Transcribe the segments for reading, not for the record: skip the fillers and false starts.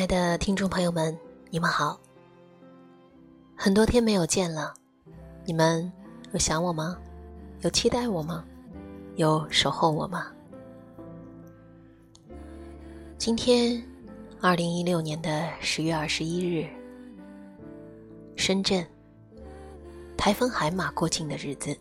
的听众朋友们，你们好。很多天没有见了，你们有想我吗？有期待我吗？有守候我吗？今天2016年的10月21日，深圳台风海马过境的日子。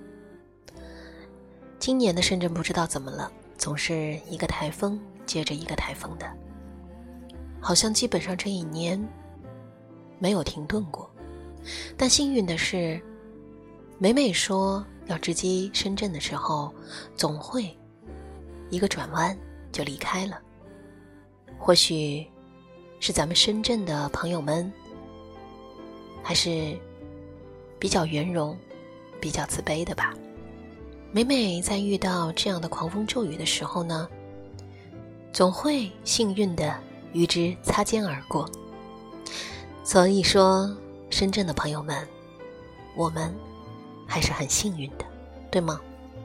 今年的深圳不知道怎么了，总是一个台风接着一个台风的，好像基本上这一年没有停顿过。但幸运的是，每每说要直击深圳的时候，总会一个转弯就离开了。或许是咱们深圳的朋友们还是比较圆融比较慈悲的吧。每每在遇到这样的狂风骤雨的时候呢，总会幸运的与之擦肩而过。所以说深圳的朋友们，我们还是很幸运的，对吗？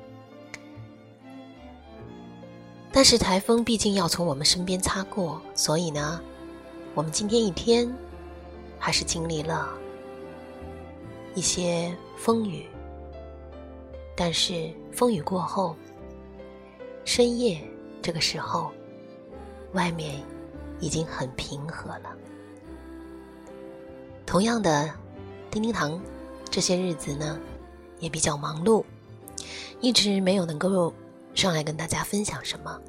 但是台风毕竟要从我们身边擦过，所以呢，我们今天一天还是经历了一些风雨。但是风雨过后，深夜这个时候，外面已经很平和了。同样的，叮叮堂这些日子呢也比较忙碌，一直没有能够上来跟大家分享什么。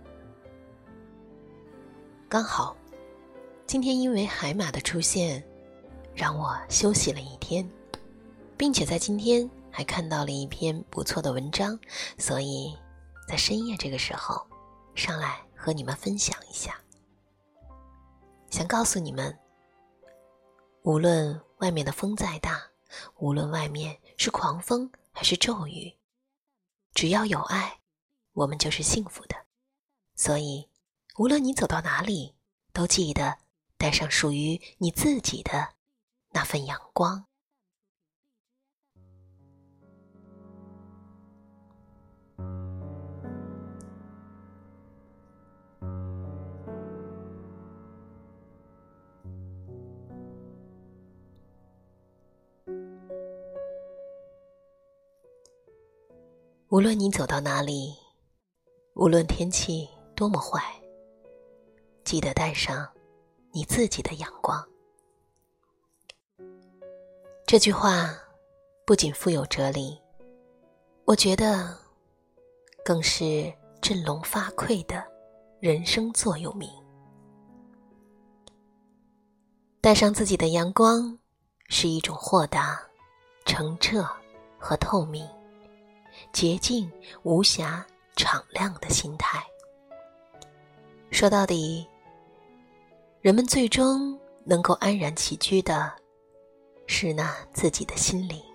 刚好今天因为海马的出现，让我休息了一天，并且在今天还看到了一篇不错的文章，所以在深夜这个时候上来和你们分享一下。想告诉你们，无论外面的风再大，无论外面是狂风还是骤雨，只要有爱，我们就是幸福的。所以无论你走到哪里，都记得带上属于你自己的那份阳光。无论你走到哪里，无论天气多么坏，记得带上你自己的阳光。这句话不仅富有哲理，我觉得更是振聋发聩的人生座右铭。带上自己的阳光，是一种豁达、澄澈和透明，洁净、无瑕、敞亮的心态。说到底，人们最终能够安然起居的是那自己的心灵。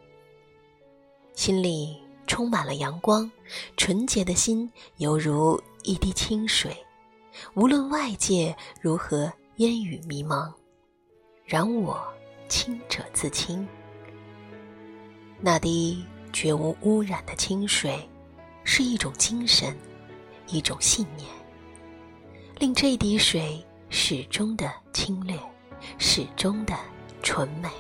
心里充满了阳光，纯洁的心犹如一滴清水，无论外界如何烟雨迷蒙，然我清者自清。那滴绝无污染的清水，是一种精神，一种信念，令这滴水始终的清冽，始终的纯美。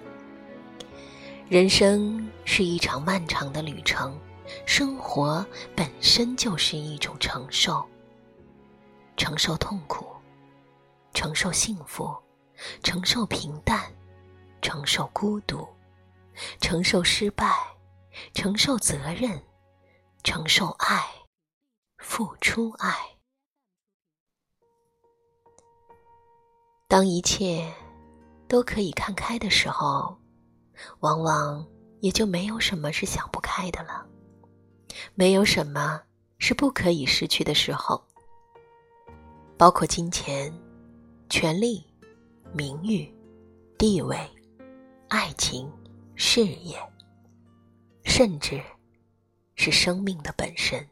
人生是一场漫长的旅程，生活本身就是一种承受，承受痛苦，承受幸福，承受平淡，承受孤独，承受失败，承受责任，承受爱，付出爱。当一切都可以看开的时候，往往也就没有什么是想不开的了，没有什么是不可以失去的时候，包括金钱、权力、名誉、地位、爱情、事业，甚至是生命的本身。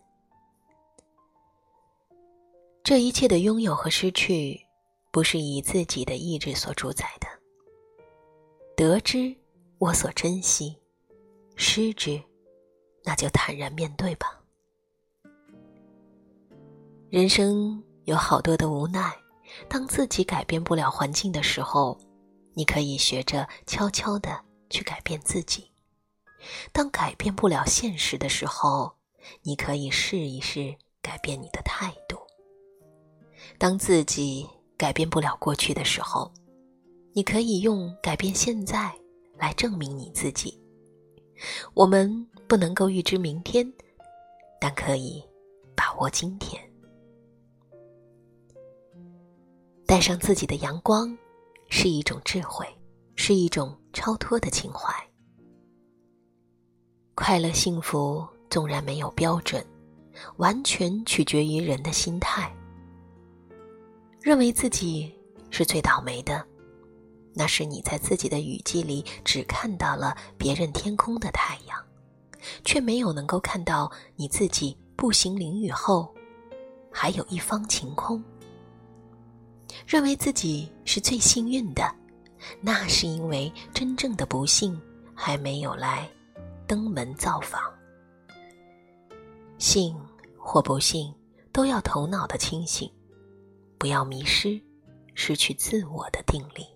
这一切的拥有和失去，不是以自己的意志所主宰的。得之，我所珍惜；失之，那就坦然面对吧。人生有好多的无奈， 当自己改变不了环境的时候，你可以学着悄悄地去改变自己。当改变不了现实的时候，你可以试一试改变你的态度。当自己改变不了过去的时候，你可以用改变现在来证明你自己。我们不能够预知明天，但可以把握今天。带上自己的阳光，是一种智慧，是一种超脱的情怀。快乐幸福纵然没有标准，完全取决于人的心态。认为自己是最倒霉的，那是你在自己的雨季里只看到了别人天空的太阳，却没有能够看到你自己步行淋雨后还有一方晴空。认为自己是最幸运的，那是因为真正的不幸还没有来登门造访。幸或不幸，都要头脑的清醒，不要迷失，失去自我的定力。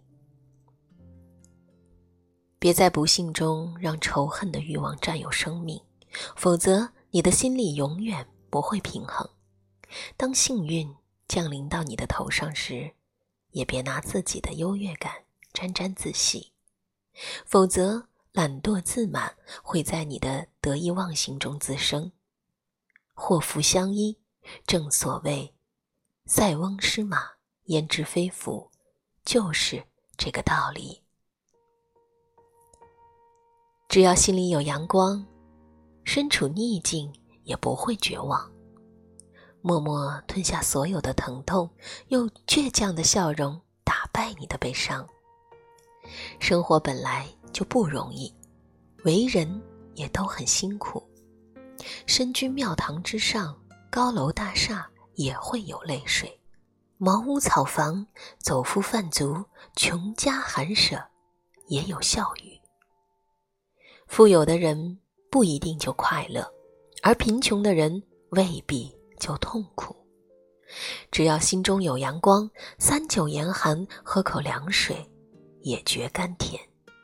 别在不幸中让仇恨的欲望占有生命，否则你的心里永远不会平衡。当幸运降临到你的头上时，也别拿自己的优越感沾沾自喜，否则懒惰自满会在你的得意忘形中滋生。祸福相依，正所谓塞翁失马焉知非福，就是这个道理。只要心里有阳光，身处逆境也不会绝望。默默吞下所有的疼痛，用倔强的笑容打败你的悲伤。生活本来就不容易，为人也都很辛苦。身居庙堂之上，高楼大厦也会有泪水。茅屋草房，走夫贩卒，穷家寒舍，也有笑语。富有的人不一定就快乐，而贫穷的人未必就痛苦。只要心中有阳光，39严寒，喝口凉水也觉甘甜。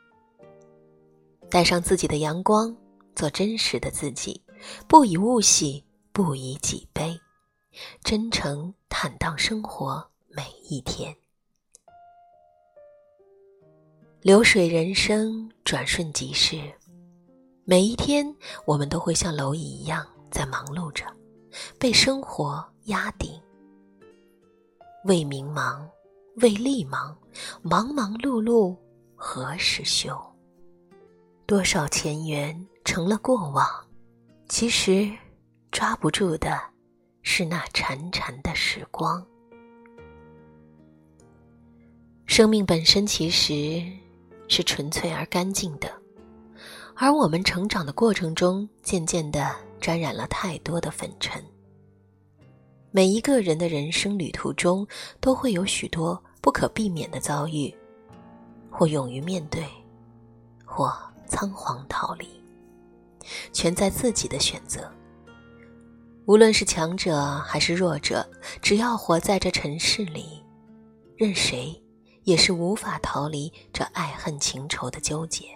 带上自己的阳光，做真实的自己，不以物喜，不以己悲，真诚坦荡生活每一天。流水人生，转瞬即逝，每一天我们都会像蝼蚁一样在忙碌着，被生活压顶。为名忙，为利忙，忙忙碌碌何时休？多少前缘成了过往，其实抓不住的是那潺潺的时光。生命本身其实是纯粹而干净的，而我们成长的过程中，渐渐地沾染了太多的粉尘。每一个人的人生旅途中，都会有许多不可避免的遭遇，或勇于面对，或仓皇逃离，全在自己的选择。无论是强者还是弱者，只要活在这尘世里，任谁也是无法逃离这爱恨情仇的纠结。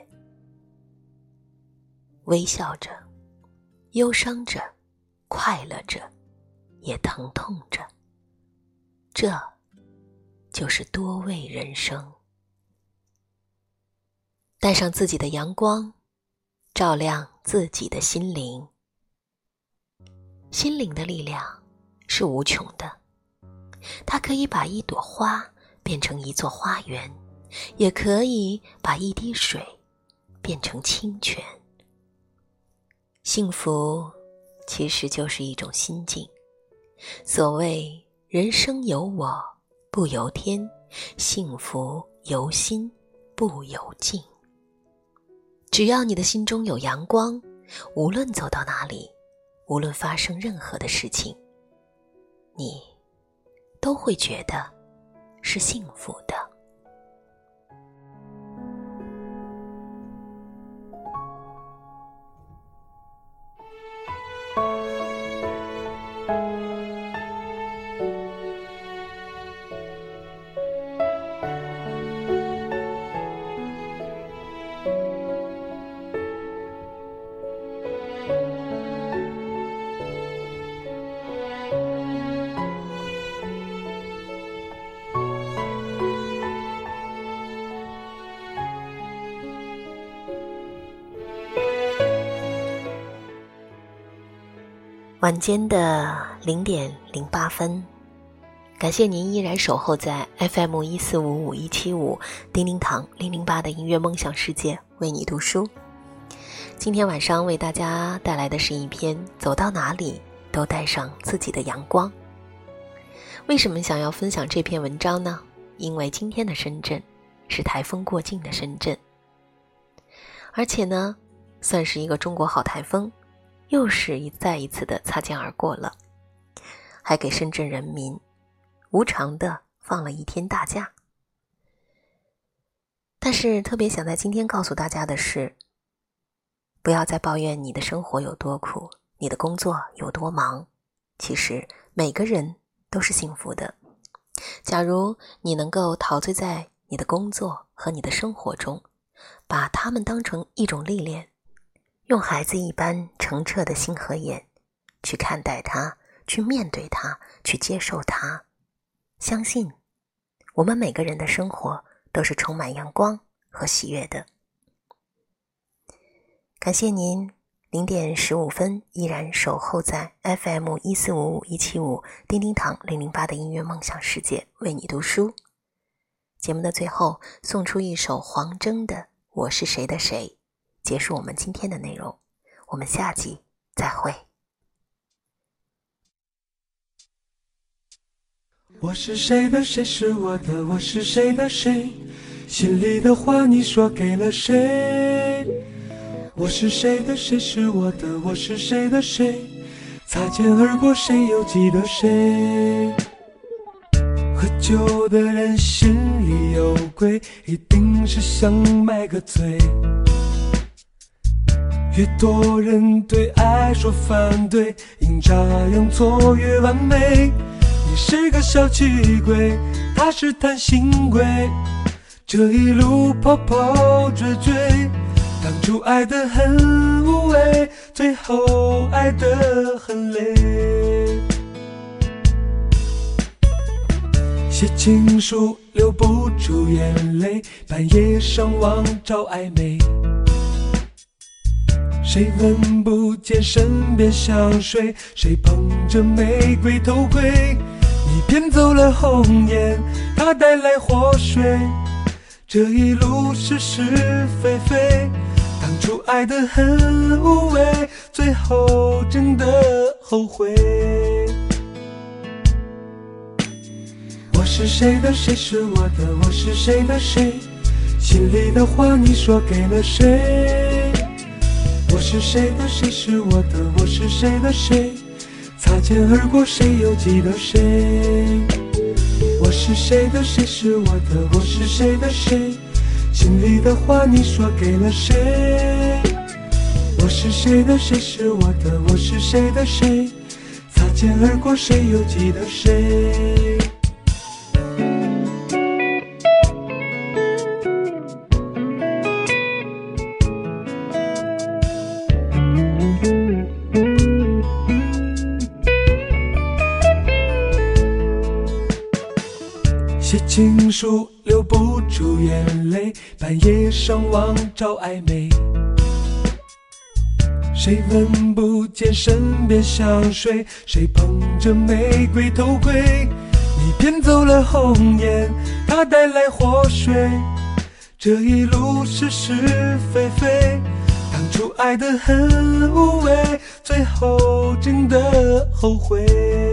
微笑着，忧伤着，快乐着，也疼痛着，这就是多味人生。带上自己的阳光，照亮自己的心灵。心灵的力量是无穷的，它可以把一朵花变成一座花园，也可以把一滴水变成清泉。幸福其实就是一种心境。所谓人生由我不由天，幸福由心不由境。只要你的心中有阳光，无论走到哪里，无论发生任何的事情，你都会觉得是幸福的。 晚间的0点08分，感谢您依然守候在 FM1455175叮叮堂008的音乐梦想世界，为你读书。今天晚上为大家带来的是一篇走到哪里都带上自己的阳光。为什么想要分享这篇文章呢？因为今天的深圳是台风过境的深圳，而且呢算是一个中国好台风，又是再一次的擦肩而过了，还给深圳人民无偿的放了1天大假。但是特别想在今天告诉大家的是，不要再抱怨你的生活有多苦，你的工作有多忙，其实每个人都是幸福的。假如你能够陶醉在你的工作和你的生活中，把它们当成一种历练，用孩子一般澄澈的心和眼去看待它，去面对它，去接受它，相信我们每个人的生活都是充满阳光和喜悦的。感谢您0点15分依然守候在 FM1455175叮叮堂008的音乐梦想世界，为你读书。节目的最后送出一首黄铮的《我是谁的谁》，结束我们今天的内容。我们下集再会。 我是谁的谁是我的，我是谁的谁，心里的话你说给了谁？我是谁的谁是我的，我是谁的谁，擦肩而过谁又记得谁？喝酒的人心里有鬼，一定是想买个醉。越多人对爱说反对，阴差阳错越完美。你是个小气鬼，他是贪心鬼，这一路跑跑追追，当初爱得很无畏，最后爱得很累。写情书流不出眼泪，半夜上网找暧昧，谁闻不见身边香水，谁捧着玫瑰偷窥，你骗走了红颜，他带来祸水，这一路是是非非，当初爱得很无畏，最后真的后悔。我是谁的谁是我的，我是谁的谁，心里的话你说给了谁？我是谁的谁是我的，我是谁的谁，擦肩而过谁又记得谁？我是谁的谁是我的，我是谁的谁，心里的话你说给了谁？我是谁的谁是我的，我是谁的谁，擦肩而过谁又记得谁？写情书流不出眼泪，半夜上网找暧昧，谁闻不见身边香水，谁捧着玫瑰偷窥，你骗走了红颜，他带来祸水，这一路是是非非，当初爱得很无畏，最后真的后悔。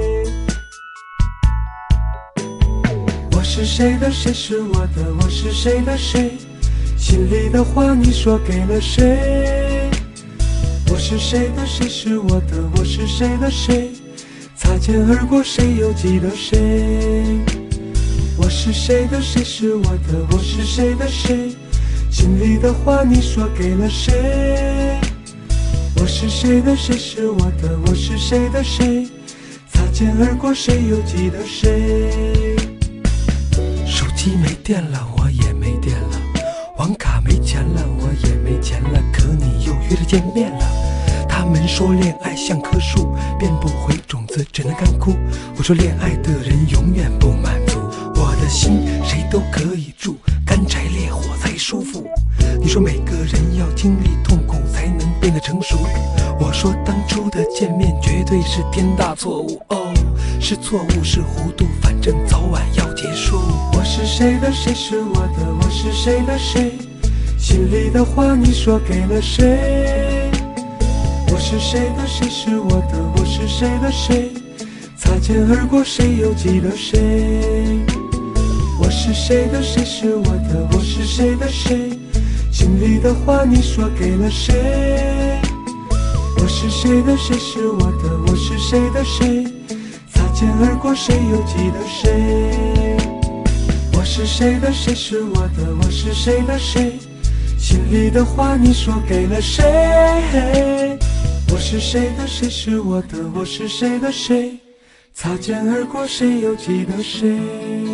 我是谁的谁是我的，我是谁的谁，心里的话你说给了谁？我是谁的谁是我的，我是谁的谁，擦肩而过谁又记得谁？我是谁的谁是我的，我是谁的谁，心里的话你说给了谁？我是谁的谁是我的，我是谁的谁，擦肩而过谁又记得谁？手机没电了，我也没电了，网卡没钱了，我也没钱了，可你又约着见面了。他们说恋爱像棵树，变不回种子，只能干枯。我说恋爱的人永远不满足，我的心谁都可以住，干柴烈火才舒服。你说每个人要经历痛苦才能变得成熟，我我说当初的见面绝对是天大错误，哦，是错误是糊涂，反正早晚要结束。我是谁的谁是我的，我是谁的谁，心里的话你说给了谁？我是谁的谁是我的，我是谁的谁，擦肩而过谁又记得谁？我是谁的谁是我的，我是谁的谁，心里的话你说给了谁？我是谁的谁是我的，我是谁的谁，擦肩而过谁又记得谁？我是谁的谁是我的，我是谁的谁，心里的话你说给了谁？我是谁的谁是我的，我是谁的谁，擦肩而过谁又记得谁？